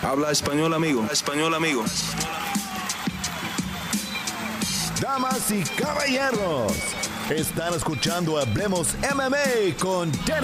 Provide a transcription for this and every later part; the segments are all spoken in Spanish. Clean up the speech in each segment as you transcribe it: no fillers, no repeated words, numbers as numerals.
Habla español, amigo. Habla español, amigo. Damas y caballeros, están escuchando Hablemos MMA con Danny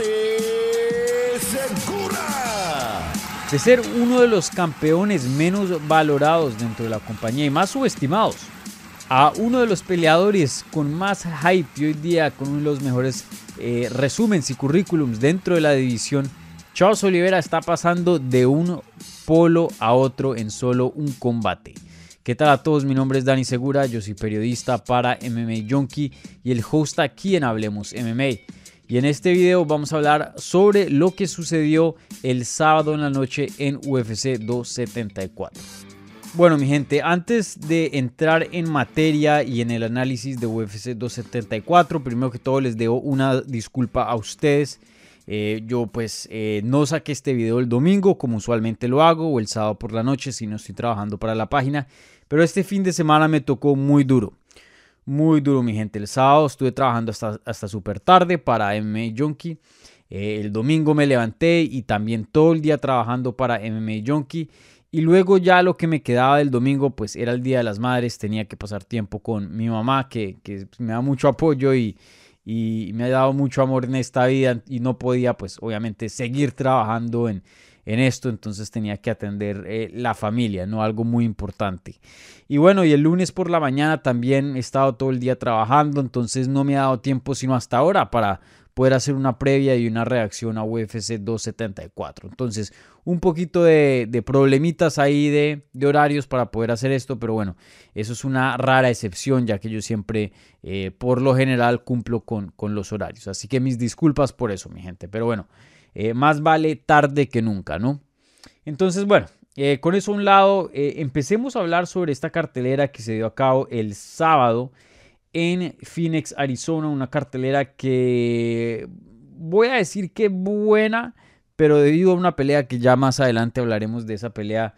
Segura. De ser uno de los campeones menos valorados dentro de la compañía y más subestimados, a uno de los peleadores con más hype y hoy día con uno de los mejores resúmenes y currículums dentro de la división, Charles Oliveira está pasando de un polo a otro en solo un combate. ¿Qué tal a todos? Mi nombre es Danny Segura, yo soy periodista para MMA Junkie y el host aquí en Hablemos MMA. Y en este video vamos a hablar sobre lo que sucedió el sábado en la noche en UFC 274. Bueno, mi gente, antes de entrar en materia y en el análisis de UFC 274, primero que todo les debo una disculpa a ustedes. Yo no saqué este video el domingo como usualmente lo hago o el sábado por la noche si no estoy trabajando para la página, pero este fin de semana me tocó muy duro, mi gente. El sábado estuve trabajando hasta súper tarde para MMA Junkie, el domingo me levanté y también todo el día trabajando para MMA Junkie y luego ya lo que me quedaba del domingo pues era el Día de las Madres, tenía que pasar tiempo con mi mamá que me da mucho apoyo y me ha dado mucho amor en esta vida y no podía pues obviamente seguir trabajando en esto, entonces tenía que atender la familia, ¿no? Algo muy importante. Y bueno, y el lunes por la mañana también he estado todo el día trabajando, entonces no me ha dado tiempo sino hasta ahora para poder hacer una previa y una reacción a UFC 274. Entonces, un poquito de problemitas ahí de horarios para poder hacer esto, pero bueno, eso es una rara excepción, ya que yo siempre, por lo general, cumplo con los horarios. Así que mis disculpas por eso, mi gente. Pero bueno, más vale tarde que nunca, ¿no? Entonces, bueno, con eso a un lado, empecemos a hablar sobre esta cartelera que se dio a cabo el sábado en Phoenix, Arizona, una cartelera que voy a decir que buena, pero debido a una pelea que ya más adelante hablaremos de esa pelea,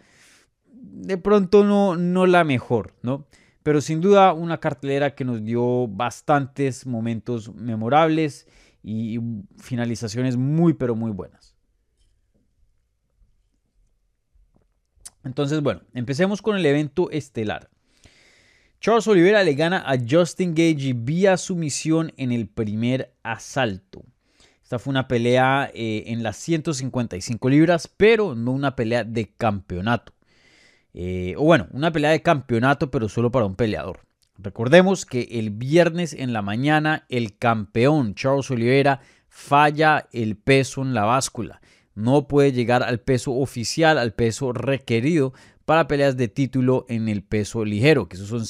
de pronto no la mejor, ¿no? Pero sin duda una cartelera que nos dio bastantes momentos memorables y finalizaciones muy, pero muy buenas. Entonces, bueno, empecemos con el evento estelar. Charles Oliveira le gana a Justin Gaethje vía sumisión en el primer asalto. Esta fue una pelea en las 155 libras, pero no una pelea de campeonato. Una pelea de campeonato, pero solo para un peleador. Recordemos que el viernes en la mañana el campeón Charles Oliveira falla el peso en la báscula. No puede llegar al peso oficial, al peso requerido para peleas de título en el peso ligero, que esos son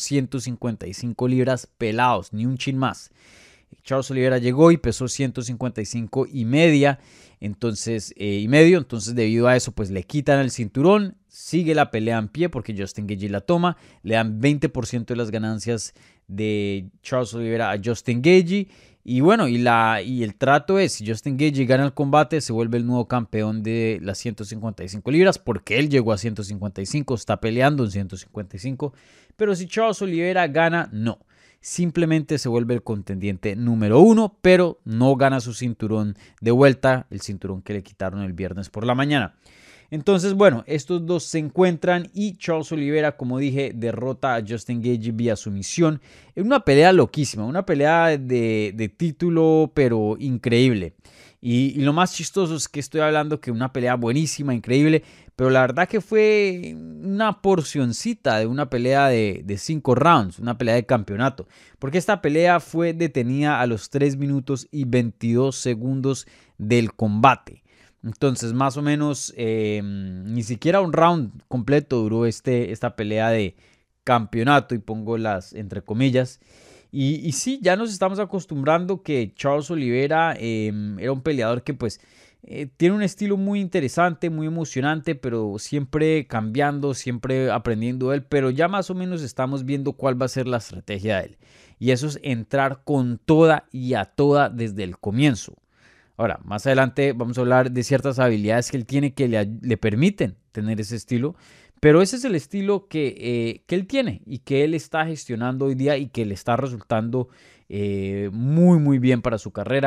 155 libras pelados, ni un chin más. Charles Oliveira llegó y pesó 155 y medio, entonces debido a eso pues le quitan el cinturón, sigue la pelea en pie porque Justin Gaethje la toma, le dan 20% de las ganancias de Charles Oliveira a Justin Gaethje. Y bueno, y el trato es, si Justin Gaethje gana el combate, se vuelve el nuevo campeón de las 155 libras, porque él llegó a 155, está peleando en 155, pero si Charles Oliveira gana, no. Simplemente se vuelve el contendiente número 1, pero no gana su cinturón de vuelta, el cinturón que le quitaron el viernes por la mañana. Entonces, bueno, estos dos se encuentran y Charles Oliveira, como dije, derrota a Justin Gaethje vía sumisión en una pelea loquísima, una pelea de título, pero increíble. Y lo más chistoso es que estoy hablando que una pelea buenísima, increíble, pero la verdad que fue una porcioncita de una pelea de 5 rounds, una pelea de campeonato, porque esta pelea fue detenida a los 3 minutos y 22 segundos del combate. Entonces, más o menos, ni siquiera un round completo duró esta pelea de campeonato, y pongo las entre comillas. Y sí, ya nos estamos acostumbrando que Charles Oliveira era un peleador que pues tiene un estilo muy interesante, muy emocionante, pero siempre cambiando, siempre aprendiendo de él. Pero ya más o menos estamos viendo cuál va a ser la estrategia de él. Y eso es entrar con toda y a toda desde el comienzo. Ahora, más adelante vamos a hablar de ciertas habilidades que él tiene que le permiten tener ese estilo, pero ese es el estilo que él tiene y que él está gestionando hoy día y que le está resultando muy, muy bien para su carrera.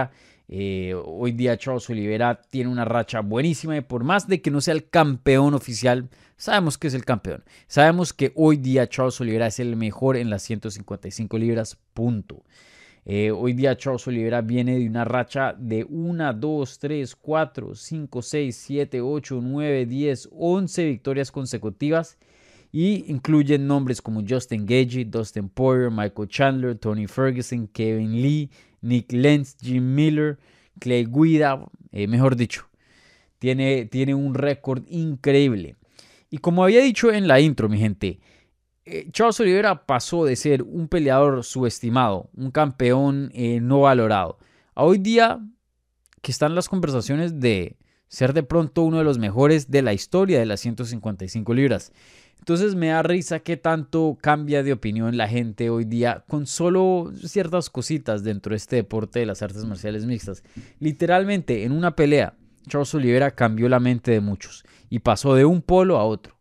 Hoy día Charles Oliveira tiene una racha buenísima y por más de que no sea el campeón oficial, sabemos que es el campeón. Sabemos que hoy día Charles Oliveira es el mejor en las 155 libras, punto. Hoy día Charles Oliveira viene de una racha de 1, 2, 3, 4, 5, 6, 7, 8, 9, 10, 11 victorias consecutivas y incluyen nombres como Justin Gaethje, Dustin Poirier, Michael Chandler, Tony Ferguson, Kevin Lee, Nick Lenz, Jim Miller, Clay Guida, mejor dicho, tiene un récord increíble. Y como había dicho en la intro, mi gente, Charles Oliveira pasó de ser un peleador subestimado, un campeón no valorado, a hoy día que están las conversaciones de ser de pronto uno de los mejores de la historia de las 155 libras. Entonces me da risa que tanto cambia de opinión la gente hoy día con solo ciertas cositas dentro de este deporte de las artes marciales mixtas. Literalmente en una pelea, Charles Oliveira cambió la mente de muchos y pasó de un polo a otro.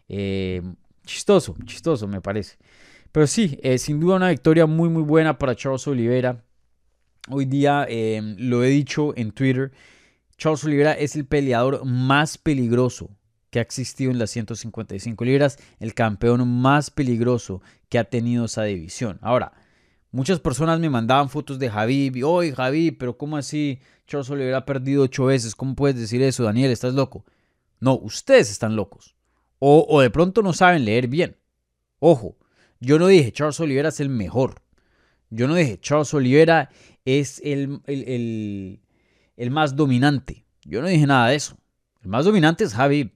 Chistoso me parece. Pero sí, sin duda una victoria muy muy buena para Charles Oliveira. Hoy día, lo he dicho en Twitter, Charles Oliveira es el peleador más peligroso que ha existido en las 155 libras, el campeón más peligroso que ha tenido esa división. Ahora, muchas personas me mandaban fotos de Khabib y, oye Khabib, pero ¿cómo así? Charles Oliveira ha perdido 8 veces, ¿cómo puedes decir eso, Daniel? ¿Estás loco? No, ustedes están locos. O de pronto no saben leer bien. Ojo, yo no dije Charles Oliveira es el mejor. Yo no dije Charles Oliveira es el más dominante. Yo no dije nada de eso. El más dominante es Khabib.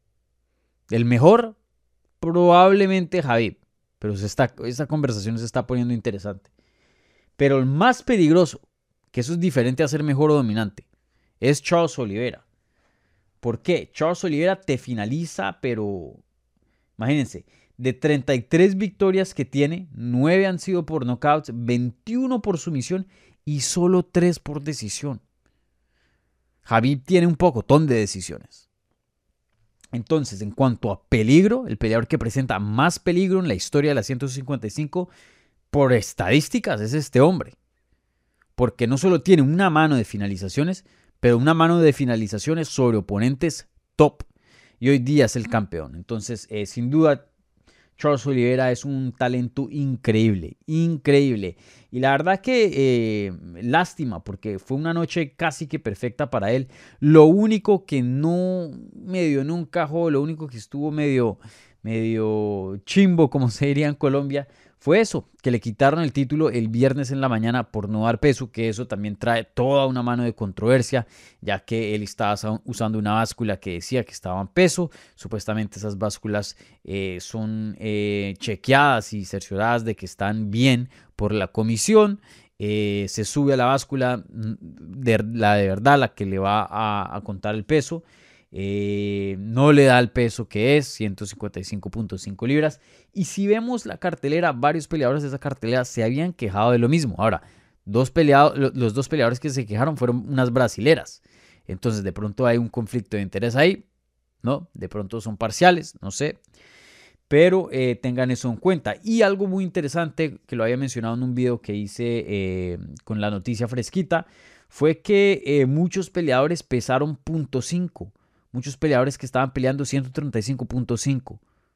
El mejor, probablemente Khabib. Pero esta conversación se está poniendo interesante. Pero el más peligroso, que eso es diferente a ser mejor o dominante, es Charles Oliveira. ¿Por qué? Charles Oliveira te finaliza, pero imagínense, de 33 victorias que tiene, 9 han sido por knockouts, 21 por sumisión y solo 3 por decisión. Khabib tiene un pocotón de decisiones. Entonces, en cuanto a peligro, el peleador que presenta más peligro en la historia de las 155, por estadísticas, es este hombre. Porque no solo tiene una mano de finalizaciones, pero una mano de finalizaciones sobre oponentes top. Y hoy día es el campeón. Entonces, sin duda, Charles Oliveira es un talento increíble, increíble. Y la verdad que lástima, porque fue una noche casi que perfecta para él. Lo único que no encajó, lo único que estuvo medio chimbo, como se diría en Colombia, fue eso, que le quitaron el título el viernes en la mañana por no dar peso, que eso también trae toda una mano de controversia, ya que él estaba usando una báscula que decía que estaba en peso. Supuestamente esas básculas son chequeadas y cercioradas de que están bien por la comisión. Se sube a la báscula de verdad, la que le va a contar el peso. No le da el peso que es 155.5 libras. Y si vemos la cartelera, varios peleadores de esa cartelera se habían quejado de lo mismo. Ahora, los dos peleadores que se quejaron fueron unas brasileras. Entonces de pronto hay un conflicto de interés ahí, ¿no? De pronto son parciales, no sé. Pero tengan eso en cuenta. Y algo muy interesante que lo había mencionado en un video que hice con la noticia fresquita, fue que muchos peleadores pesaron .5. Muchos peleadores que estaban peleando 135.5,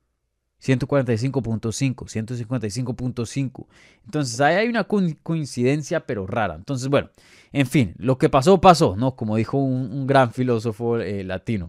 145.5, 155.5. Entonces ahí hay una coincidencia pero rara. Entonces bueno, en fin, lo que pasó, pasó, ¿no? Como dijo un gran filósofo latino.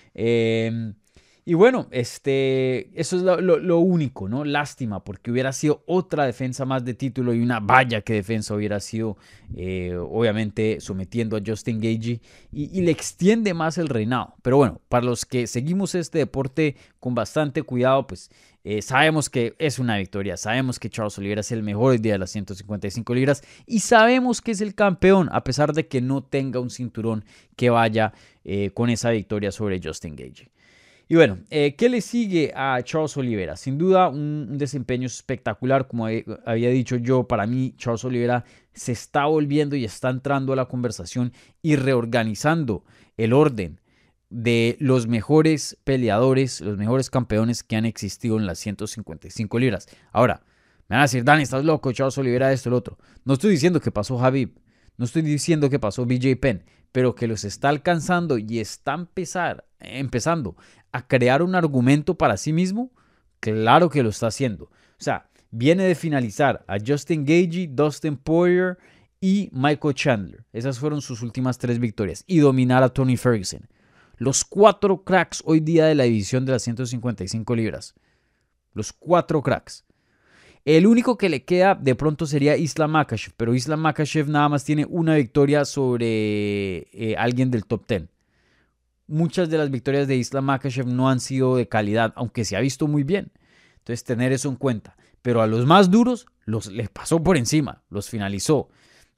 Y bueno, eso es lo único, ¿no? Lástima, porque hubiera sido otra defensa más de título y una vaya que defensa hubiera sido, obviamente, sometiendo a Justin Gaethje y le extiende más el reinado. Pero bueno, para los que seguimos este deporte con bastante cuidado, pues sabemos que es una victoria. Sabemos que Charles Oliveira es el mejor hoy día de las 155 libras y sabemos que es el campeón, a pesar de que no tenga un cinturón que vaya con esa victoria sobre Justin Gaethje. Y bueno, ¿qué le sigue a Charles Oliveira? Sin duda un desempeño espectacular, como había dicho yo. Para mí Charles Oliveira se está volviendo y está entrando a la conversación y reorganizando el orden de los mejores peleadores, los mejores campeones que han existido en las 155 libras. Ahora, me van a decir, Dani, estás loco, Charles Oliveira, esto, el otro. No estoy diciendo que pasó Khabib. No estoy diciendo que pasó BJ Penn, pero que los está alcanzando y está empezando a crear un argumento para sí mismo, claro que lo está haciendo. O sea, viene de finalizar a Justin Gaethje, Dustin Poirier y Michael Chandler. Esas fueron sus últimas 3 victorias. Y dominar a Tony Ferguson. Los 4 cracks hoy día de la división de las 155 libras. Los 4 cracks. El único que le queda de pronto sería Islam Makhachev, pero Islam Makhachev nada más tiene una victoria sobre alguien del top 10. Muchas de las victorias de Islam Makhachev no han sido de calidad, aunque se ha visto muy bien. Entonces tener eso en cuenta. Pero a los más duros les pasó por encima, los finalizó.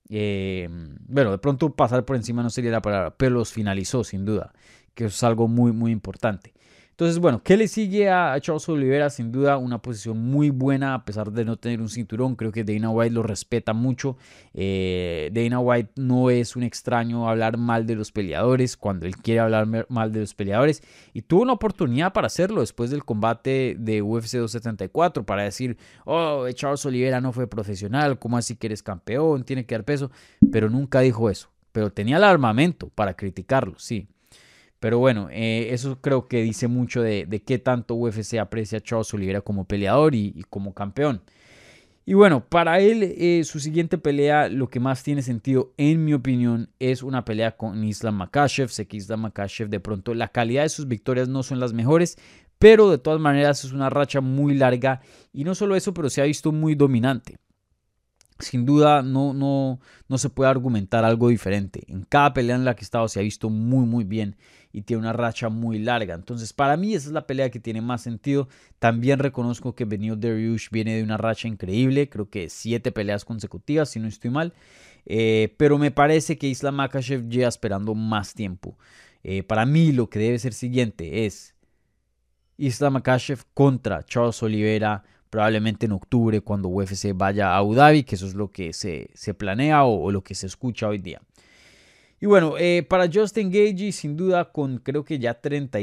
Bueno, de pronto pasar por encima no sería la palabra, pero los finalizó sin duda, que es algo muy, muy importante. Entonces, bueno, ¿qué le sigue a Charles Oliveira? Sin duda una posición muy buena a pesar de no tener un cinturón. Creo que Dana White lo respeta mucho. Dana White no es un extraño a hablar mal de los peleadores cuando él quiere hablar mal de los peleadores. Y tuvo una oportunidad para hacerlo después del combate de UFC 274 para decir, oh, Charles Oliveira no fue profesional, ¿cómo así que eres campeón? Tiene que dar peso. Pero nunca dijo eso. Pero tenía el armamento para criticarlo, sí. Pero bueno, eso creo que dice mucho de qué tanto UFC aprecia a Charles Oliveira como peleador y como campeón. Y bueno, para él su siguiente pelea, lo que más tiene sentido en mi opinión, es una pelea con Islam Makhachev. Sé que Islam Makhachev de pronto la calidad de sus victorias no son las mejores, pero de todas maneras es una racha muy larga y no solo eso, pero se ha visto muy dominante. Sin duda no se puede argumentar algo diferente. En cada pelea en la que ha estado se ha visto muy muy bien y tiene una racha muy larga. Entonces para mí esa es la pelea que tiene más sentido. También reconozco que Beneil Dariush viene de una racha increíble. Creo que 7 peleas consecutivas si no estoy mal. Pero me parece que Islam Makhachev lleva esperando más tiempo. Para mí lo que debe ser siguiente es Islam Makhachev contra Charles Oliveira, probablemente en octubre cuando UFC vaya a Abu Dhabi, que eso es lo que se planea o lo que se escucha hoy día. Y bueno, para Justin Gaethje, sin duda, con creo que ya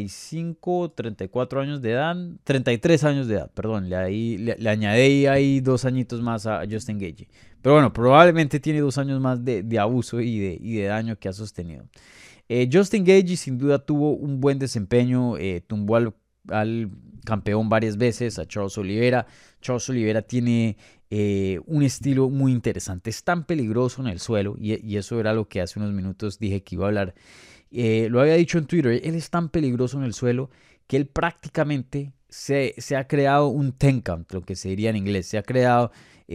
35, 34 años de edad, 33 años de edad, perdón, le añadí ahí 2 añitos más a Justin Gaethje. Pero bueno, probablemente tiene 2 años más de abuso y de daño que ha sostenido. Justin Gaethje sin duda tuvo un buen desempeño, tumbó al campeón varias veces, a Charles Oliveira. Charles Oliveira tiene un estilo muy interesante, es tan peligroso en el suelo y eso era lo que hace unos minutos dije que iba a hablar. Lo había dicho en Twitter, él es tan peligroso en el suelo que él prácticamente se ha creado un 10 count, lo que se diría en inglés, se ha creado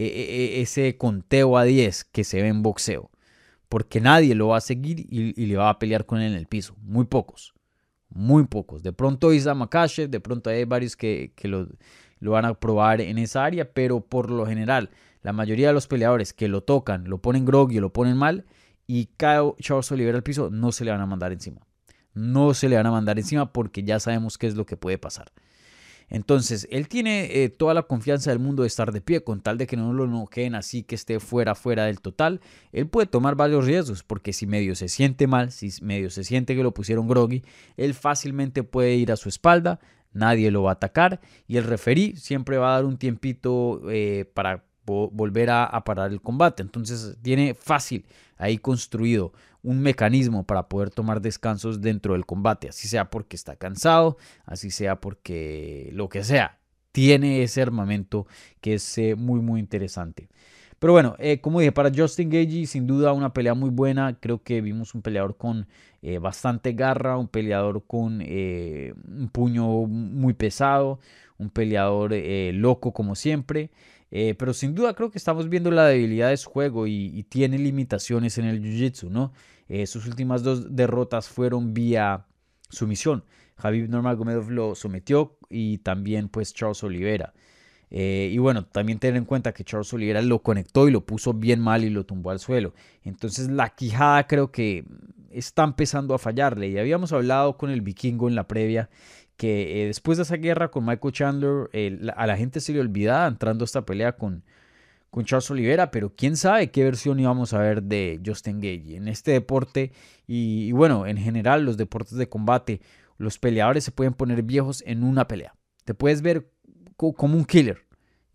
ese conteo a 10 que se ve en boxeo, porque nadie lo va a seguir y le va a pelear con él en el piso, muy pocos. Muy pocos. De pronto Islam Makhachev, de pronto hay varios que lo van a probar en esa área, pero por lo general, la mayoría de los peleadores que lo tocan, lo ponen groggy o lo ponen mal y cae Charles Oliveira al piso, no se le van a mandar encima. No se le van a mandar encima porque ya sabemos qué es lo que puede pasar. Entonces, él tiene toda la confianza del mundo de estar de pie, con tal de que no lo noqueen así que esté fuera del total. Él puede tomar varios riesgos, porque si medio se siente mal, si medio se siente que lo pusieron groggy, él fácilmente puede ir a su espalda, nadie lo va a atacar y el referí siempre va a dar un tiempito para volver a parar el combate. Entonces, tiene fácil ahí construido un mecanismo para poder tomar descansos dentro del combate, así sea porque está cansado, así sea porque lo que sea, tiene ese armamento que es muy muy interesante. Pero bueno, como dije, para Justin Gaethje sin duda una pelea muy buena. Creo que vimos un peleador con bastante garra, un peleador con un puño muy pesado, un peleador loco como siempre. Pero sin duda creo que estamos viendo la debilidad de su juego y tiene limitaciones en el jiu-jitsu, ¿no? Sus últimas 2 derrotas fueron vía sumisión. Khabib Nurmagomedov lo sometió y también pues Charles Oliveira. Y bueno, también tener en cuenta que Charles Oliveira lo conectó y lo puso bien mal y lo tumbó al suelo. Entonces la quijada creo que está empezando a fallarle. Y habíamos hablado con el vikingo en la previa que después de esa guerra con Michael Chandler, a la gente se le olvidaba entrando a esta pelea con Charles Oliveira, pero quién sabe qué versión íbamos a ver de Justin Gaethje en este deporte y bueno, en general los deportes de combate, los peleadores se pueden poner viejos en una pelea. Te puedes ver como un killer y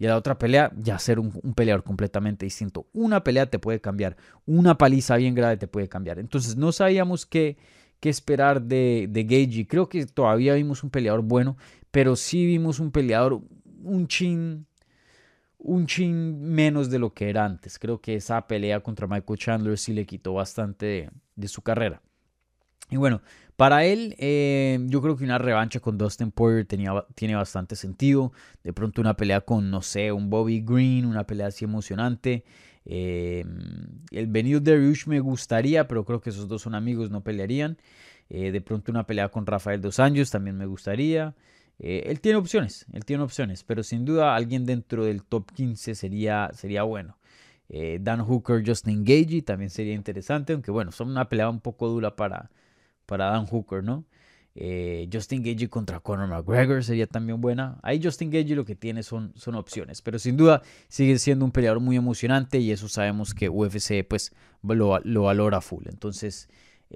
y a la otra pelea ya ser un peleador completamente distinto. Una pelea te puede cambiar, una paliza bien grave te puede cambiar. Entonces no sabíamos qué esperar de Gaethje. Creo que todavía vimos un peleador bueno, pero sí vimos un peleador un chin menos de lo que era antes. Creo que esa pelea contra Michael Chandler sí le quitó bastante de su carrera. Y bueno, para él yo creo que una revancha con Dustin Poirier tiene bastante sentido. De pronto una pelea con, no sé, un Bobby Green, una pelea así emocionante. El Beneil Dariush me gustaría, pero creo que esos dos son amigos, no pelearían. De pronto una pelea con Rafael Dos Anjos también me gustaría. Él tiene opciones, pero sin duda alguien dentro del top 15 sería bueno. Dan Hooker, Justin Gaethje también sería interesante, aunque bueno, son una pelea un poco dura para Dan Hooker, ¿no? Justin Gaethje contra Conor McGregor sería también buena. Ahí Justin Gaethje lo que tiene son opciones, pero sin duda sigue siendo un peleador muy emocionante y eso sabemos que UFC pues lo valora full. Entonces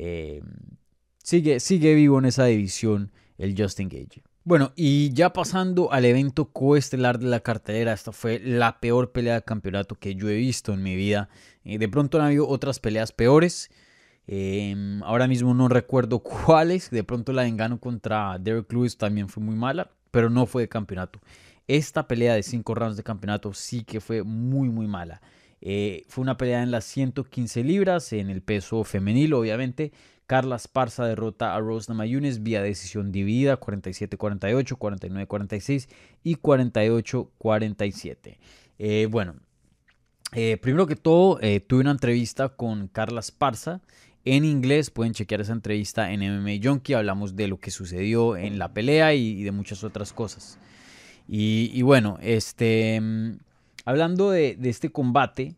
sigue vivo en esa división el Justin Gaethje. Bueno, y ya pasando al evento coestelar de la cartelera, esta fue la peor pelea de campeonato que yo he visto en mi vida. De pronto han habido otras peleas peores. Ahora mismo no recuerdo cuáles. De pronto la de Ngannou contra Derrick Lewis también fue muy mala, pero no fue de campeonato. Esta pelea de 5 rounds de campeonato sí que fue muy muy mala. Fue una pelea en las 115 libras, en el peso femenil obviamente. Carla Esparza derrota a Rose Namajunas vía decisión dividida, 47-48, 49-46 y 48-47. Primero que todo, tuve una entrevista con Carla Esparza en inglés. Pueden chequear esa entrevista en MMA Junkie. Hablamos de lo que sucedió en la pelea y de muchas otras cosas. Y bueno, hablando de este combate,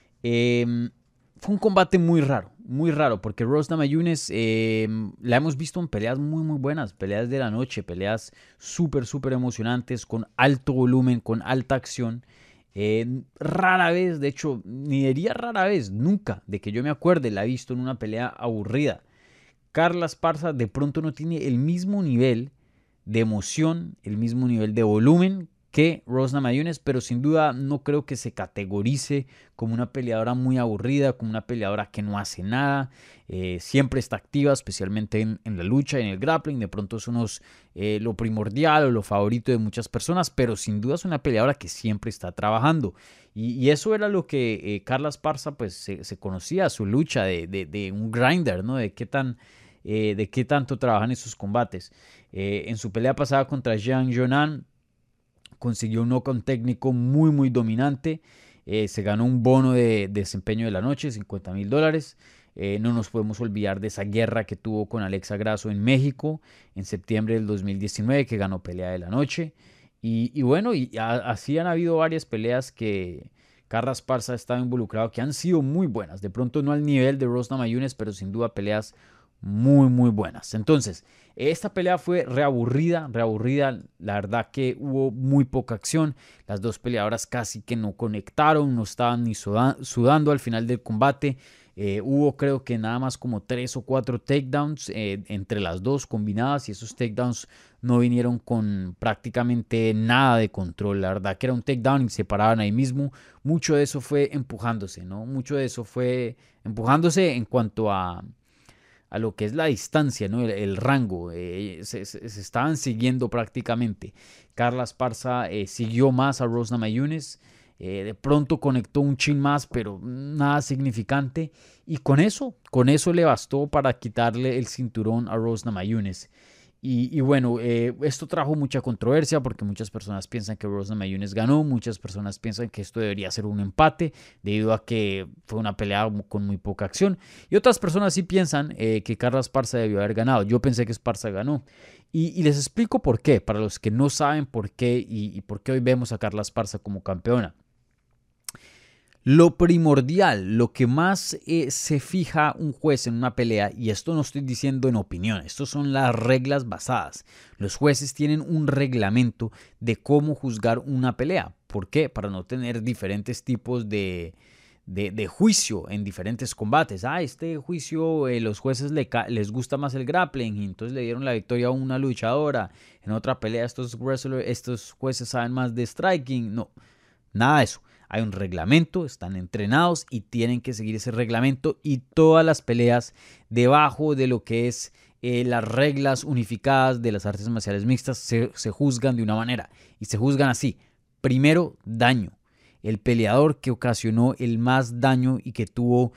fue un combate muy raro, porque Rose Namajunas la hemos visto en peleas muy muy buenas, peleas de la noche, peleas súper emocionantes, con alto volumen, con alta acción. Rara vez, de hecho, ni diría rara vez, nunca, de que yo me acuerde, la he visto en una pelea aburrida. Carla Esparza de pronto no tiene el mismo nivel de emoción, el mismo nivel de volumen que Rose Namajunas, pero sin duda no creo que se categorice como una peleadora muy aburrida, como una peleadora que no hace nada. Siempre está activa, especialmente en la lucha, en el grappling. De pronto eso no es lo primordial o lo favorito de muchas personas, pero sin duda es una peleadora que siempre está trabajando. Y eso era lo que Carla Esparza pues, se conocía, su lucha de un grinder, ¿no? De qué tanto trabajan esos combates. En su pelea pasada contra Jean Jonan, consiguió un knockout técnico muy dominante. Se ganó un bono de desempeño de la noche, $50,000. No nos podemos olvidar de esa guerra que tuvo con Alexa Grasso en México en septiembre del 2019, que ganó pelea de la noche. Y bueno, así han habido varias peleas que Carla Esparza ha estado involucrado, que han sido muy buenas. De pronto no al nivel de Rose Namajunas, pero sin duda peleas muy buenas. Entonces, esta pelea fue reaburrida. La verdad que hubo muy poca acción. Las dos peleadoras casi que no conectaron, no estaban ni sudando al final del combate. Hubo creo que nada más como 3 o 4 takedowns entre las dos combinadas, y esos takedowns no vinieron con prácticamente nada de control. La verdad que era un takedown y se paraban ahí mismo. Mucho de eso fue empujándose, ¿no? Mucho de eso fue empujándose en cuanto a lo que es la distancia, ¿no? El rango. Se estaban siguiendo prácticamente. Carla Esparza siguió más a Rose Namajunas. De pronto conectó un chin más, pero nada significante. Y con eso le bastó para quitarle el cinturón a Rose Namajunas. Y bueno, esto trajo mucha controversia porque muchas personas piensan que Rose Namajunas ganó, muchas personas piensan que esto debería ser un empate debido a que fue una pelea con muy poca acción, y otras personas sí piensan que Carla Esparza debió haber ganado. Yo pensé que Esparza ganó y les explico por qué, para los que no saben por qué y por qué hoy vemos a Carla Esparza como campeona. Lo primordial, lo que más se fija un juez en una pelea, y esto no estoy diciendo en opinión, estos son las reglas basadas. Los jueces tienen un reglamento de cómo juzgar una pelea. ¿Por qué? Para no tener diferentes tipos de juicio en diferentes combates. Este juicio los jueces les gusta más el grappling y entonces le dieron la victoria a una luchadora. En otra pelea estos jueces saben más de striking. No. Nada de eso. Hay un reglamento, están entrenados y tienen que seguir ese reglamento, y todas las peleas debajo de lo que es las reglas unificadas de las artes marciales mixtas se juzgan de una manera, y se juzgan así. Primero, daño. El peleador que ocasionó el más daño y que tuvo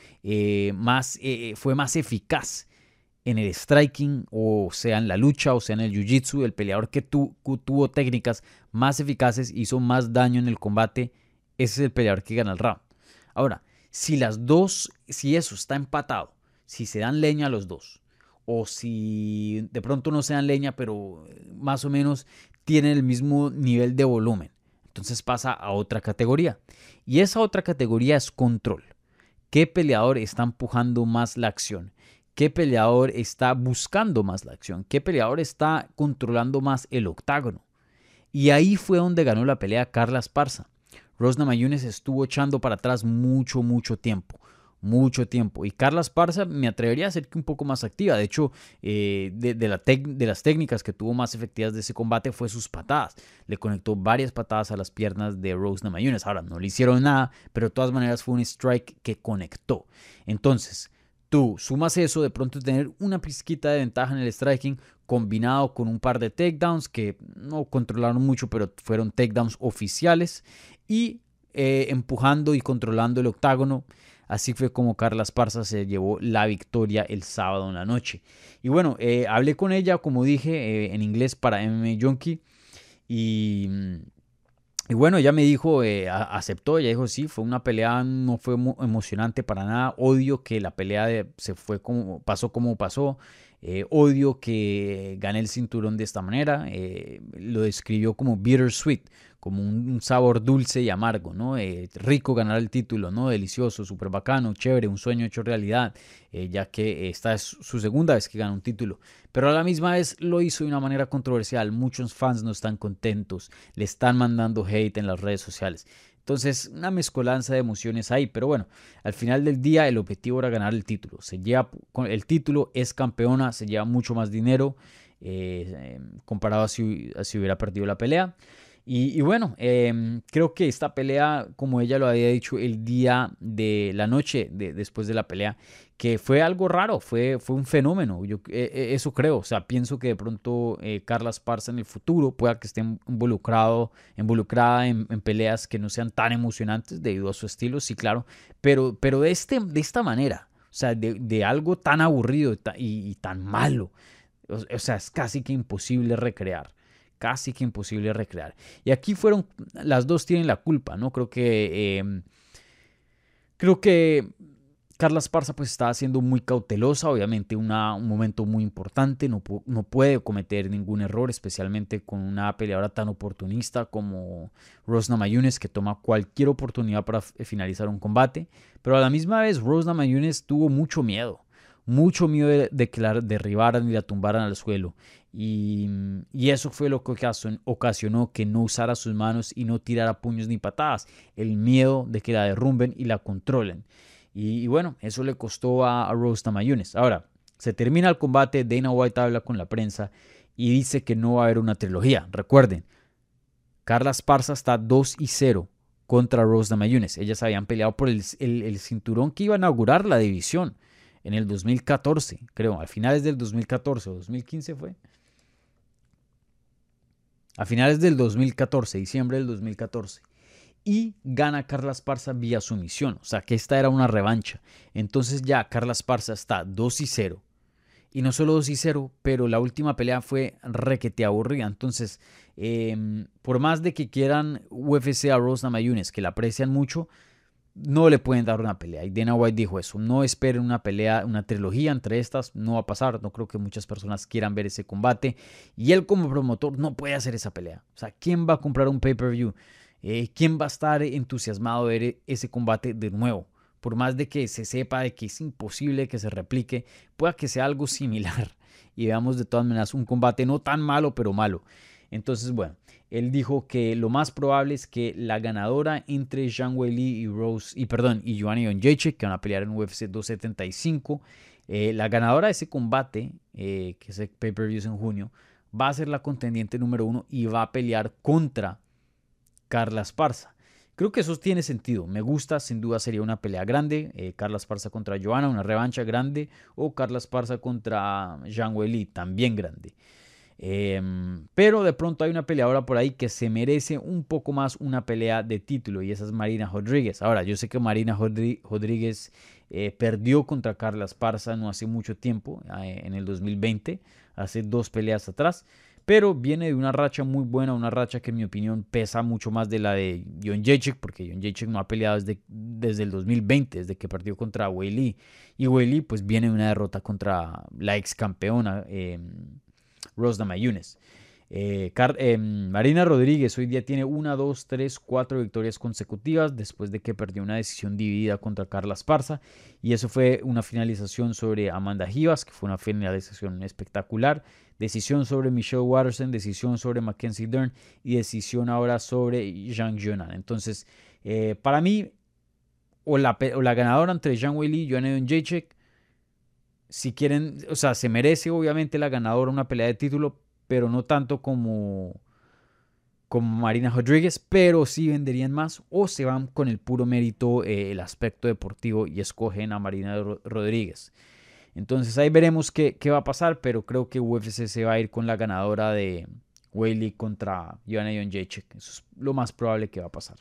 fue más eficaz en el striking, o sea en la lucha, o sea en el jiu-jitsu, el peleador que tuvo técnicas más eficaces, hizo más daño en el combate, ese es el peleador que gana el round. Ahora, si eso está empatado, si se dan leña los dos, o si de pronto no se dan leña, pero más o menos tienen el mismo nivel de volumen, entonces pasa a otra categoría. Y esa otra categoría es control. ¿Qué peleador está empujando más la acción? ¿Qué peleador está buscando más la acción? ¿Qué peleador está controlando más el octágono? Y ahí fue donde ganó la pelea Carla Esparza. Rose Namajunas estuvo echando para atrás mucho tiempo. Y Carla Esparza, me atrevería a decir que un poco más activa. De hecho, de las técnicas que tuvo más efectivas de ese combate fue sus patadas. Le conectó varias patadas a las piernas de Rose Namajunas. Ahora, no le hicieron nada, pero de todas maneras fue un strike que conectó. Entonces, tú sumas eso, de pronto tener una pizquita de ventaja en el striking, combinado con un par de takedowns que no controlaron mucho, pero fueron takedowns oficiales, y empujando y controlando el octágono. Así fue como Carla Esparza se llevó la victoria el sábado en la noche. Y bueno, hablé con ella, como dije, en inglés para MMA Junkie. Y bueno, ella me dijo, aceptó, ella dijo sí, fue una pelea, no fue emocionante para nada. Odio que la pelea pasó como pasó. Odio que gane el cinturón de esta manera. Lo describió como bittersweet, como un sabor dulce y amargo, ¿no? Rico ganar el título, ¿no? Delicioso, súper bacano, chévere, un sueño hecho realidad, ya que esta es su segunda vez que gana un título. Pero a la misma vez lo hizo de una manera controversial. Muchos fans no están contentos, le están mandando hate en las redes sociales. Entonces, una mezcolanza de emociones ahí. Pero bueno, al final del día el objetivo era ganar el título. Se lleva el título, es campeona, se lleva mucho más dinero comparado a si hubiera perdido la pelea. Y bueno, creo que esta pelea, como ella lo había dicho el día de la noche después de la pelea, que fue algo raro, fue un fenómeno. Yo eso creo. O sea, pienso que de pronto Carla Esparza en el futuro pueda que esté involucrada en peleas que no sean tan emocionantes debido a su estilo, sí, claro. Pero de esta manera, o sea, de algo tan aburrido y tan malo, o sea, es casi que imposible recrear. Y aquí las dos tienen la culpa, ¿no? Creo que Carla Esparza pues estaba siendo muy cautelosa, obviamente un momento muy importante, no puede cometer ningún error, especialmente con una peleadora tan oportunista como Rose Namajunas, que toma cualquier oportunidad para finalizar un combate. Pero a la misma vez Rose Namajunas tuvo mucho miedo de que la derribaran y la tumbaran al suelo. Y eso fue lo que ocasionó que no usara sus manos y no tirara puños ni patadas. El miedo de que la derrumben y la controlen. Y bueno, eso le costó a Rose Namajunas. Ahora, se termina el combate, Dana White habla con la prensa y dice que no va a haber una trilogía. Recuerden, Carla Esparza está 2-0 contra Rose Namajunas. Ellas habían peleado por el cinturón que iba a inaugurar la división en el 2014, creo, a finales del 2014 o 2015 fue. A finales del 2014, diciembre del 2014. Y gana Carla Esparza vía sumisión. O sea que esta era una revancha. Entonces ya Carla Esparza está 2-0. Y no solo 2-0, pero la última pelea fue requete aburrida. Entonces, por más de que quieran UFC a Rose Namajunas, que la aprecian mucho, no le pueden dar una pelea. Y Dana White dijo eso. No esperen una pelea, una trilogía entre estas. No va a pasar. No creo que muchas personas quieran ver ese combate. Y él como promotor no puede hacer esa pelea. O sea, ¿quién va a comprar un pay-per-view? ¿Quién va a estar entusiasmado de ver ese combate de nuevo? Por más de que se sepa de que es imposible que se replique, pueda que sea algo similar. Y veamos de todas maneras un combate no tan malo, pero malo. Entonces, bueno, él dijo que lo más probable es que la ganadora entre Zhang Weili y Joanna Jędrzejczyk, que van a pelear en UFC 275, la ganadora de ese combate, que ese pay-per-view es en junio, va a ser la contendiente número 1 y va a pelear contra Carla Esparza, Creo que eso tiene sentido. Me gusta, sin duda sería una pelea grande. Carla Esparza contra Joanna, una revancha grande. O Carla Esparza contra Zhang Weili, también grande. Pero de pronto hay una peleadora por ahí que se merece un poco más una pelea de título, y esa es Marina Rodríguez. Ahora, yo sé que Marina Rodríguez perdió contra Carla Esparza no hace mucho tiempo, en el 2020, hace 2 peleas atrás, pero viene de una racha muy buena, una racha que en mi opinión pesa mucho más de la de Jon Jacek, porque Jon Jacek no ha peleado desde el 2020, desde que perdió contra Weili, y Weili pues viene de una derrota contra la ex campeona Rose Namajunas. Marina Rodríguez hoy día tiene 1, 2, 3, 4 victorias consecutivas después de que perdió una decisión dividida contra Carla Esparza, y eso fue una finalización sobre Amanda Ribas, que fue una finalización espectacular, decisión sobre Michelle Waterson, decisión sobre Mackenzie Dern y decisión ahora sobre Zhang Junan. Entonces, para mí, o la ganadora entre Zhang Weili y Joanna Jędrzejczyk, si quieren, o sea, se merece obviamente la ganadora una pelea de título, pero no tanto como Marina Rodríguez, pero sí venderían más, o se van con el puro mérito, el aspecto deportivo, y escogen a Marina Rodríguez. Entonces ahí veremos qué va a pasar, pero creo que UFC se va a ir con la ganadora de Weili contra Joanna Jędrzejczyk. Eso es lo más probable que va a pasar.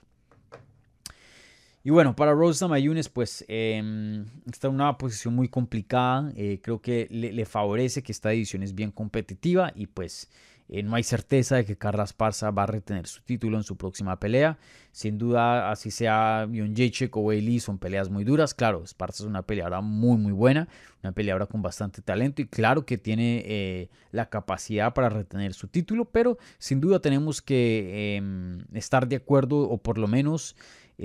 Y bueno, para Rose Namajunas, pues está en una posición muy complicada. Creo que le favorece que esta división es bien competitiva, y pues no hay certeza de que Carla Esparza va a retener su título en su próxima pelea. Sin duda, así sea Jon Jacek o Weili, son peleas muy duras. Claro, Esparza es una peleadora muy muy buena, una peleadora con bastante talento, y claro que tiene la capacidad para retener su título, pero sin duda tenemos que estar de acuerdo, o por lo menos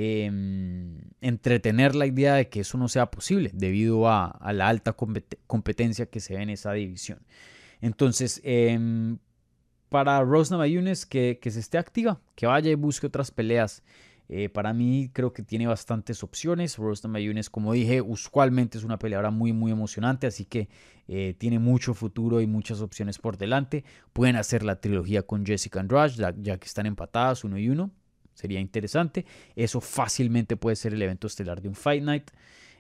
entretener la idea de que eso no sea posible debido a la alta competencia que se ve en esa división. Entonces, para Rose Namajunas, que se esté activa, que vaya y busque otras peleas. Para mí creo que tiene bastantes opciones. Rose Namajunas, como dije, usualmente es una peleadora muy muy emocionante, así que tiene mucho futuro y muchas opciones por delante. Pueden hacer la trilogía con Jessica Andrade, ya que están empatadas 1-1. Sería interesante. Eso fácilmente puede ser el evento estelar de un Fight Night.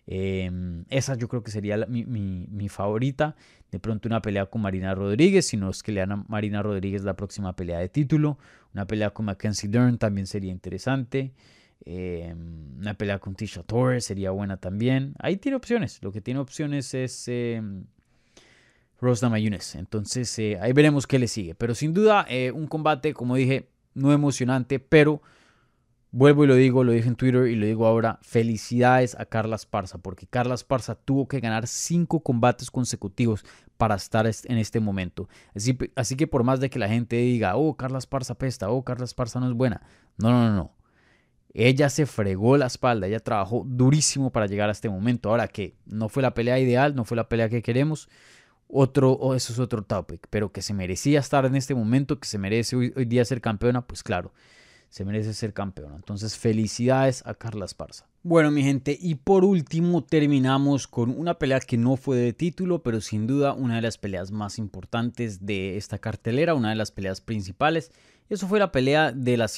Esa yo creo que sería mi favorita. De pronto una pelea con Marina Rodríguez, si no es que le dan a Marina Rodríguez la próxima pelea de título. Una pelea con Mackenzie Dern también sería interesante. Una pelea con Tisha Torres sería buena también. Ahí tiene opciones. Lo que tiene opciones es Rose Namajunas. Entonces ahí veremos qué le sigue. Pero sin duda un combate, como dije, no emocionante, pero vuelvo y lo dije en Twitter y lo digo ahora, felicidades a Carla Esparza, porque Carla Esparza tuvo que ganar 5 combates consecutivos para estar en este momento. Así que por más de que la gente diga, oh, Carla Esparza apesta, oh, Carla Esparza no es buena. No. Ella se fregó la espalda, ella trabajó durísimo para llegar a este momento. Ahora que no fue la pelea ideal, no fue la pelea que queremos, eso es otro topic, pero que se merecía estar en este momento, que se merece hoy día ser campeona, pues claro, se merece ser campeona. Entonces, felicidades a Carla Esparza. Bueno, mi gente, y por último terminamos con una pelea que no fue de título, pero sin duda una de las peleas más importantes de esta cartelera, una de las peleas principales. Eso fue la pelea de las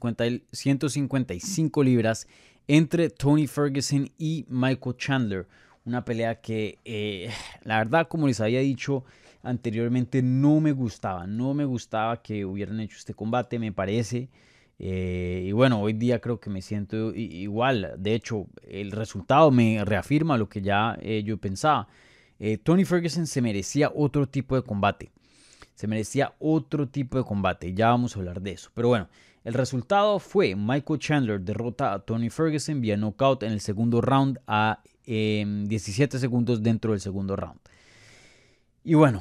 155 libras entre Tony Ferguson y Michael Chandler. Una pelea que, la verdad, como les había dicho anteriormente, no me gustaba que hubieran hecho este combate, me parece. Y bueno, hoy día creo que me siento igual. De hecho, el resultado me reafirma lo que ya yo pensaba. Tony Ferguson se merecía otro tipo de combate. Ya vamos a hablar de eso. Pero bueno, el resultado fue Michael Chandler derrota a Tony Ferguson vía knockout en el segundo round a 17 segundos dentro del segundo round. Y bueno,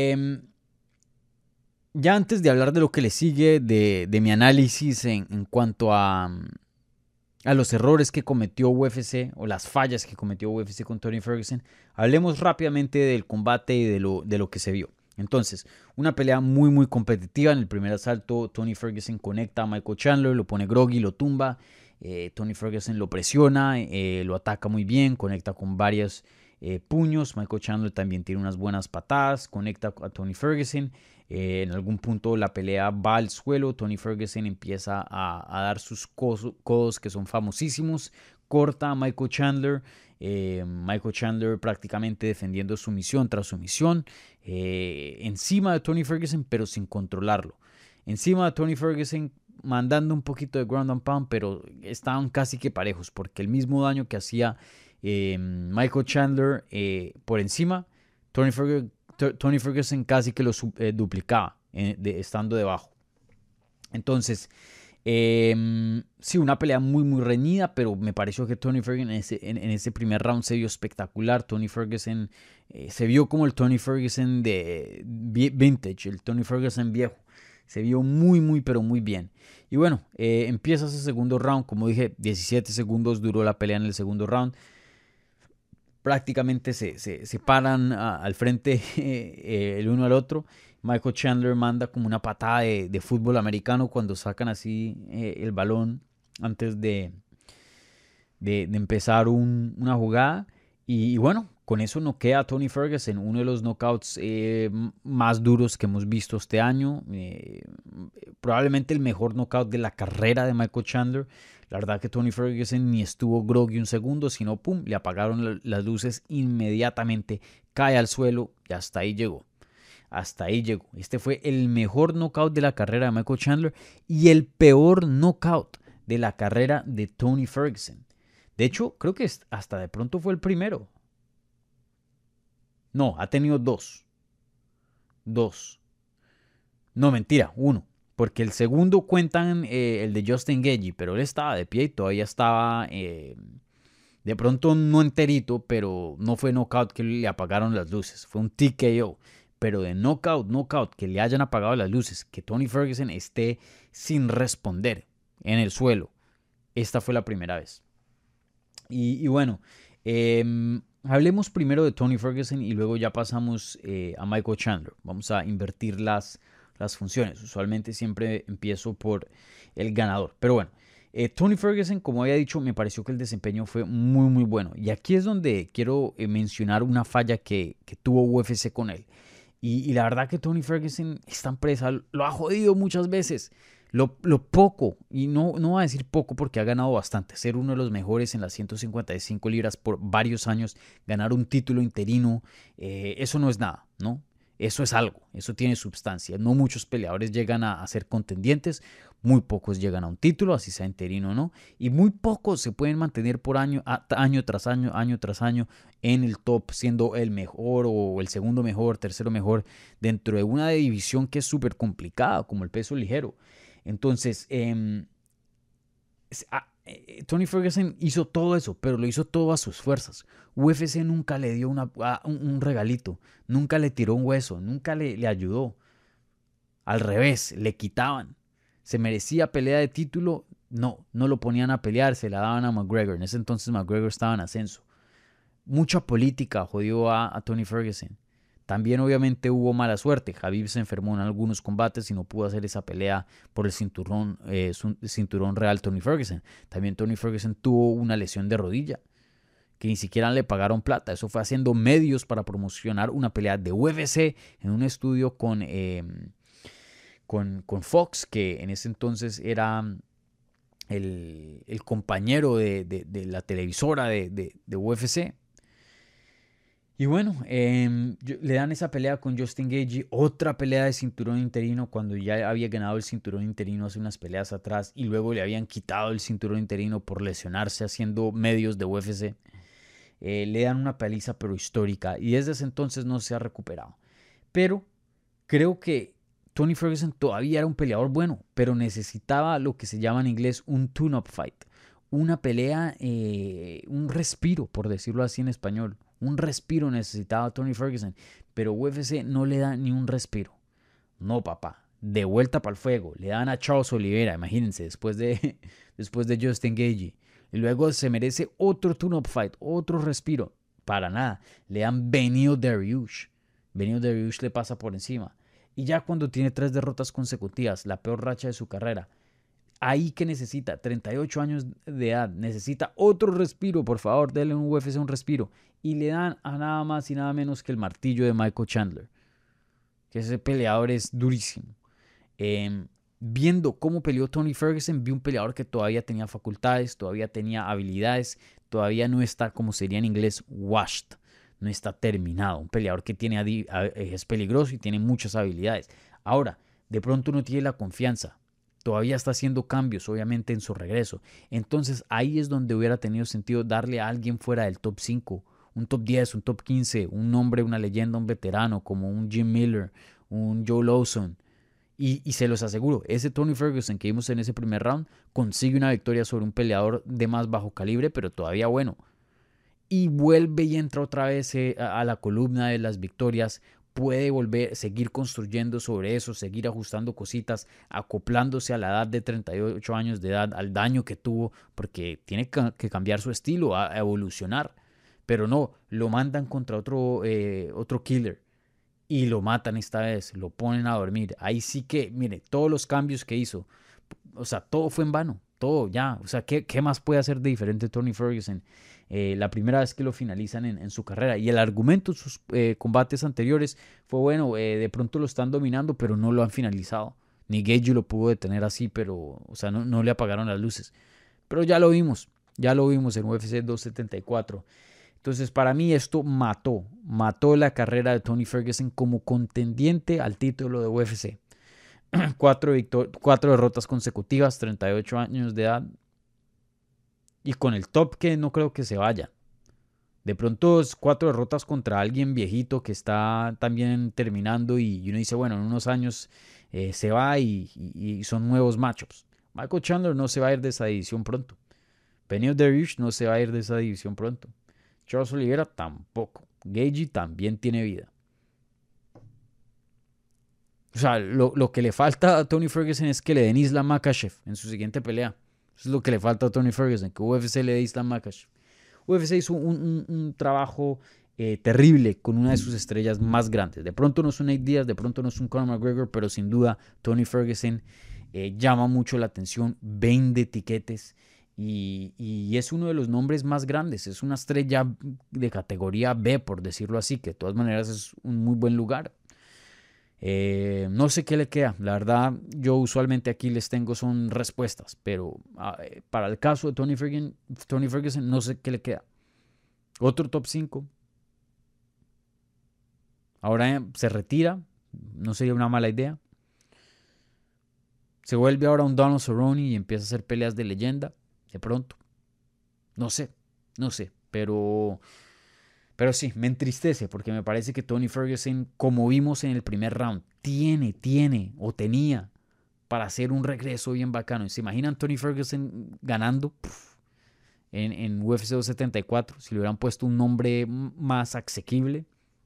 ya antes de hablar de lo que le sigue, de mi análisis en cuanto a los errores que cometió UFC o las fallas que cometió UFC con Tony Ferguson, hablemos rápidamente del combate y de lo que se vio. Entonces, una pelea muy muy competitiva. En el primer asalto, Tony Ferguson conecta a Michael Chandler, lo pone groggy, lo tumba. Tony Ferguson lo presiona, lo ataca muy bien, conecta con varios puños. Michael Chandler también tiene unas buenas patadas, conecta a Tony Ferguson. En algún punto la pelea va al suelo, Tony Ferguson empieza a dar sus codos que son famosísimos, corta a Michael Chandler, Michael Chandler prácticamente defendiendo sumisión tras sumisión, encima de Tony Ferguson pero sin controlarlo, encima de Tony Ferguson mandando un poquito de ground and pound, pero estaban casi que parejos porque el mismo daño que hacía Michael Chandler por encima, Tony Ferguson casi que lo duplicaba estando debajo. Entonces, sí, una pelea muy reñida, pero me pareció que Tony Ferguson en ese primer round se vio espectacular. Tony Ferguson se vio como el Tony Ferguson de vintage, el Tony Ferguson viejo. Se vio pero muy bien. Y bueno, empieza ese segundo round. Como dije, 17 segundos duró la pelea en el segundo round. Prácticamente se paran al frente el uno al otro. Michael Chandler manda como una patada de fútbol americano cuando sacan así el balón antes de empezar una jugada. Y bueno, con eso noquea a Tony Ferguson, uno de los knockouts más duros que hemos visto este año. Probablemente el mejor knockout de la carrera de Michael Chandler. La verdad que Tony Ferguson ni estuvo groggy un segundo, sino pum, le apagaron las luces inmediatamente, cae al suelo y hasta ahí llegó. Hasta ahí llegó. Este fue el mejor knockout de la carrera de Michael Chandler y el peor knockout de la carrera de Tony Ferguson. De hecho, creo que hasta de pronto fue el primero. No, ha tenido dos. No, mentira, uno. Porque el segundo cuentan el de Justin Gaethje, pero él estaba de pie y todavía estaba de pronto no enterito, pero no fue knockout que le apagaron las luces. Fue un TKO. Pero de knockout, que le hayan apagado las luces, que Tony Ferguson esté sin responder en el suelo. Esta fue la primera vez. Y bueno, hablemos primero de Tony Ferguson y luego ya pasamos a Michael Chandler. Vamos a invertir las funciones. Usualmente siempre empiezo por el ganador. Pero bueno, Tony Ferguson, como había dicho, me pareció que el desempeño fue muy bueno. Y aquí es donde quiero mencionar una falla que tuvo UFC con él. Y la verdad que Tony Ferguson, esta empresa, lo ha jodido muchas veces. Lo poco, y no voy a decir poco porque ha ganado bastante, ser uno de los mejores en las 155 libras por varios años, ganar un título interino, eso no es nada, ¿no? Eso es algo, eso tiene sustancia. No muchos peleadores llegan a ser contendientes, muy pocos llegan a un título, así sea interino o no, y muy pocos se pueden mantener por año tras año en el top, siendo el mejor o el segundo mejor, tercero mejor, dentro de una división que es súper complicada, como el peso ligero. Entonces, Tony Ferguson hizo todo eso, pero lo hizo todo a sus fuerzas. UFC nunca le dio un regalito, nunca le tiró un hueso, nunca le ayudó. Al revés, le quitaban. ¿Se merecía pelea de título? No lo ponían a pelear, se la daban a McGregor. En ese entonces McGregor estaba en ascenso. Mucha política jodió a Tony Ferguson. También obviamente hubo mala suerte. Khabib se enfermó en algunos combates y no pudo hacer esa pelea por el cinturón real Tony Ferguson. También Tony Ferguson tuvo una lesión de rodilla que ni siquiera le pagaron plata. Eso fue haciendo medios para promocionar una pelea de UFC en un estudio con Fox, que en ese entonces era el compañero de la televisora de UFC. Y bueno, le dan esa pelea con Justin Gaethje, otra pelea de cinturón interino cuando ya había ganado el cinturón interino hace unas peleas atrás y luego le habían quitado el cinturón interino por lesionarse haciendo medios de UFC. Le dan una paliza pero histórica y desde ese entonces no se ha recuperado. Pero creo que Tony Ferguson todavía era un peleador bueno, pero necesitaba lo que se llama en inglés un tune-up fight. Una pelea, un respiro, por decirlo así en español. Un respiro necesitaba Tony Ferguson, pero UFC no le da ni un respiro. No, papá, de vuelta para el fuego. Le dan a Charles Oliveira, imagínense, después de Justin Gaethje. Y luego se merece otro tune-up fight, otro respiro. Para nada, le dan Beneil Dariush. Beneil Dariush le pasa por encima. Y ya cuando tiene 3 derrotas consecutivas, la peor racha de su carrera, ahí que necesita, 38 años de edad, necesita otro respiro, por favor, denle a un UFC un respiro. Y le dan a nada más y nada menos que el martillo de Michael Chandler. que ese peleador es durísimo. Viendo cómo peleó Tony Ferguson, vi un peleador que todavía tenía facultades, todavía tenía habilidades, todavía no está, como sería en inglés, washed, no está terminado. Un peleador que es peligroso y tiene muchas habilidades. Ahora, de pronto no tiene la confianza, todavía está haciendo cambios, obviamente, en su regreso. Entonces ahí es donde hubiera tenido sentido darle a alguien fuera del top 5, un top 10, un top 15, un nombre, una leyenda, un veterano, como un Jim Miller, un Joe Lawson. Y se los aseguro, ese Tony Ferguson que vimos en ese primer round consigue una victoria sobre un peleador de más bajo calibre, pero todavía bueno. Y vuelve y entra otra vez a la columna de las victorias. Puede volver, seguir construyendo sobre eso, seguir ajustando cositas, acoplándose a la edad de 38 años de edad, al daño que tuvo, porque tiene que cambiar su estilo, a evolucionar. Pero no, lo mandan contra otro killer. Y lo matan esta vez, lo ponen a dormir. Ahí sí que, mire, todos los cambios que hizo, o sea, todo fue en vano, todo ya. O sea, ¿qué más puede hacer de diferente Tony Ferguson? La primera vez que lo finalizan en su carrera. Y el argumento en sus combates anteriores fue, bueno, de pronto lo están dominando, pero no lo han finalizado. Ni Gaethje lo pudo detener así, pero, o sea, no le apagaron las luces. Pero ya lo vimos en UFC 274. Entonces, para mí esto mató la carrera de Tony Ferguson como contendiente al título de UFC. 4 derrotas consecutivas, 38 años de edad. Y con el top que no creo que se vaya. De pronto es 4 derrotas contra alguien viejito que está también terminando y uno dice, bueno, en unos años se va y son nuevos matchups. Michael Chandler no se va a ir de esa división pronto. Beneil Dariush no se va a ir de esa división pronto. Charles Oliveira tampoco. Gaethje también tiene vida. O sea, lo que le falta a Tony Ferguson es que le den Islam Makhachev en su siguiente pelea. Eso es lo que le falta a Tony Ferguson, que UFC le dé Islam Makhachev. UFC hizo un trabajo terrible con una de sus estrellas más grandes. De pronto no es un Nate Diaz, de pronto no es un Conor McGregor, pero sin duda Tony Ferguson llama mucho la atención, vende tiquetes. Y es uno de los nombres más grandes, es una estrella de categoría B, por decirlo así, que de todas maneras es un muy buen lugar. No sé qué le queda, la verdad yo usualmente aquí les tengo son respuestas, pero para el caso de Tony Ferguson no sé qué le queda. Otro top 5. Ahora se retira, no sería una mala idea. Se vuelve ahora un Donald Cerrone y empieza a hacer peleas de leyenda. De pronto. No sé. Pero sí, me entristece porque me parece que Tony Ferguson, como vimos en el primer round, tenía para hacer un regreso bien bacano. ¿Se imaginan Tony Ferguson ganando en UFC 274? Si le hubieran puesto un nombre más asequible.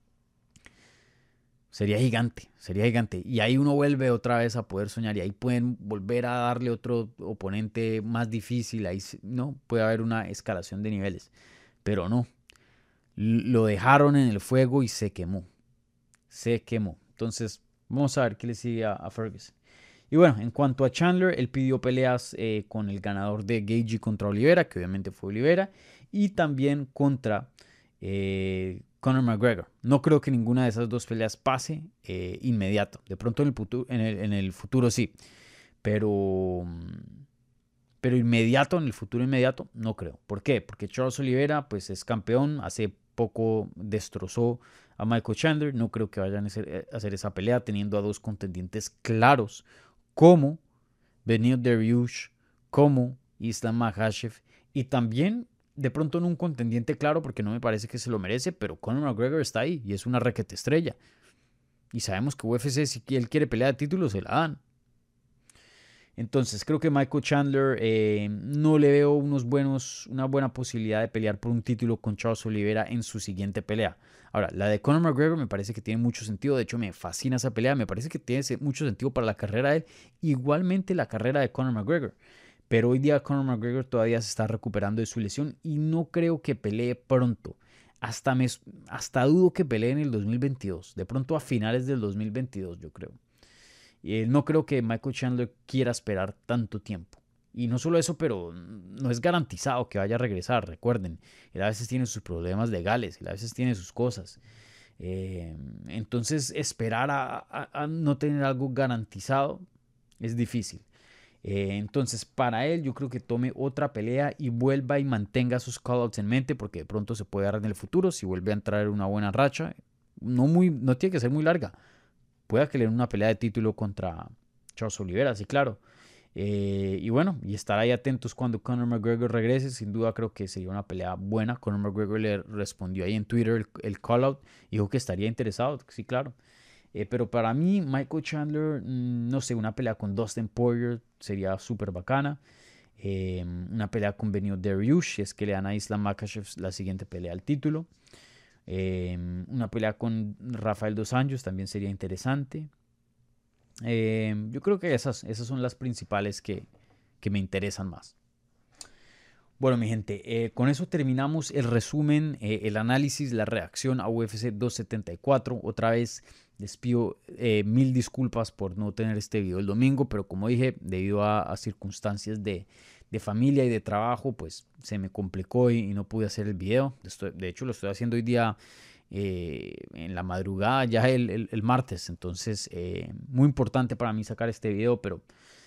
Sería gigante. Y ahí uno vuelve otra vez a poder soñar. Y ahí pueden volver a darle otro oponente más difícil. Ahí no puede haber una escalación de niveles. Pero no. Lo dejaron en el fuego y se quemó. Entonces, vamos a ver qué le sigue a Ferguson. Y bueno, en cuanto a Chandler, él pidió peleas con el ganador de Gaethje contra Oliveira, que obviamente fue Oliveira. Y también contra Conor McGregor. No creo que ninguna de esas dos peleas pase inmediato. De pronto en el futuro sí. Pero inmediato, en el futuro inmediato, no creo. ¿Por qué? Porque Charles Oliveira pues, es campeón. Hace poco destrozó a Michael Chandler. No creo que vayan a hacer esa pelea teniendo a dos contendientes claros como Beneil Dariush, como Islam Makhachev y también de pronto en un contendiente claro, porque no me parece que se lo merece, pero Conor McGregor está ahí y es una requete estrella. Y sabemos que UFC, si él quiere pelear de título, se la dan. Entonces creo que Michael Chandler no le veo una buena posibilidad de pelear por un título con Charles Oliveira en su siguiente pelea. Ahora, la de Conor McGregor me parece que tiene mucho sentido. De hecho, me fascina esa pelea. Me parece que tiene mucho sentido para la carrera de él. Igualmente la carrera de Conor McGregor. Pero hoy día Conor McGregor todavía se está recuperando de su lesión y no creo que pelee pronto. Hasta dudo que pelee en el 2022. De pronto a finales del 2022, yo creo. No creo que Michael Chandler quiera esperar tanto tiempo. Y no solo eso, pero no es garantizado que vaya a regresar. Recuerden, él a veces tiene sus problemas legales, él a veces tiene sus cosas. Entonces esperar a no tener algo garantizado es difícil. Entonces para él yo creo que tome otra pelea y vuelva y mantenga sus callouts en mente, porque de pronto se puede dar en el futuro si vuelve a entrar en una buena racha. No tiene que ser muy larga. Puede que le den una pelea de título contra Charles Oliveira, sí, claro. Y bueno, y estar ahí atentos cuando Conor McGregor regrese. Sin duda creo que sería una pelea buena. Conor McGregor le respondió ahí en Twitter el call out, dijo que estaría interesado, sí, claro. Pero para mí Michael Chandler, no sé, una pelea con Dustin Poirier sería súper bacana. Una pelea con Beneil Dariush, si es que le dan a Islam Makhachev la siguiente pelea al título. Una pelea con Rafael Dos Anjos también sería interesante. Yo creo que esas son las principales que me interesan más. Bueno, mi gente, con eso terminamos el resumen, el análisis, la reacción a UFC 274. Otra vez les pido 1000 disculpas por no tener este video el domingo, pero como dije, debido a circunstancias de familia y de trabajo, pues se me complicó y no pude hacer el video. De hecho, lo estoy haciendo hoy día en la madrugada, ya el martes. Entonces, muy importante para mí sacar este video, pero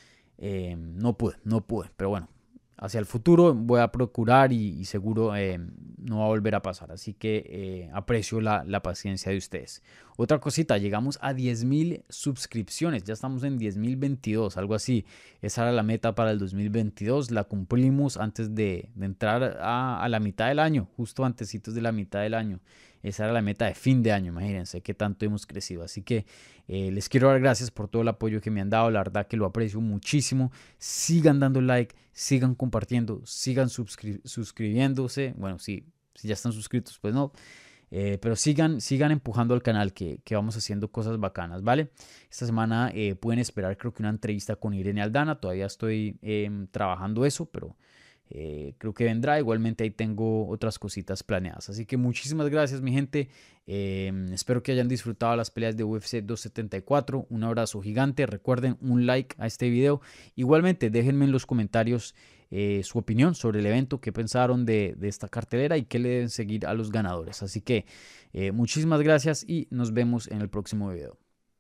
no pude. Pero bueno, hacia el futuro voy a procurar y seguro no va a volver a pasar. Así que aprecio la paciencia de ustedes. Otra cosita, llegamos a 10,000 suscripciones. Ya estamos en 10,022, algo así. Esa era la meta para el 2022. La cumplimos antes de entrar a la mitad del año, justo antecitos de la mitad del año. Esa era la meta de fin de año, imagínense qué tanto hemos crecido. Así que les quiero dar gracias por todo el apoyo que me han dado. La verdad que lo aprecio muchísimo. Sigan dando like, sigan compartiendo, sigan suscribiéndose. Bueno, si ya están suscritos, pues no. Pero sigan empujando al canal que vamos haciendo cosas bacanas, ¿vale? Esta semana pueden esperar, creo que una entrevista con Irene Aldana. Todavía estoy trabajando eso, pero creo que vendrá. Igualmente ahí tengo otras cositas planeadas. Así que muchísimas gracias, mi gente. Espero que hayan disfrutado las peleas de UFC 274. Un abrazo gigante. Recuerden un like a este video. Igualmente déjenme en los comentarios su opinión sobre el evento, qué pensaron de esta cartelera y qué le deben seguir a los ganadores. Así que muchísimas gracias y nos vemos en el próximo video.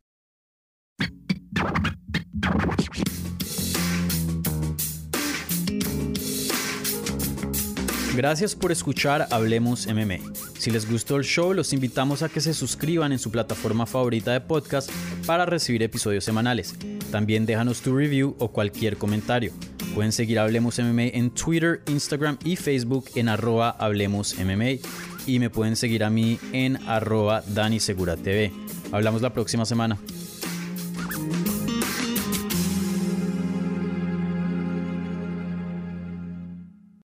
Gracias por escuchar Hablemos MMA. Si les gustó el show, los invitamos a que se suscriban en su plataforma favorita de podcast para recibir episodios semanales. También déjanos tu review o cualquier comentario. Pueden seguir Hablemos MMA en Twitter, Instagram y Facebook en @HablemosMMA y me pueden seguir a mí en @DaniSeguraTV. Hablamos la próxima semana.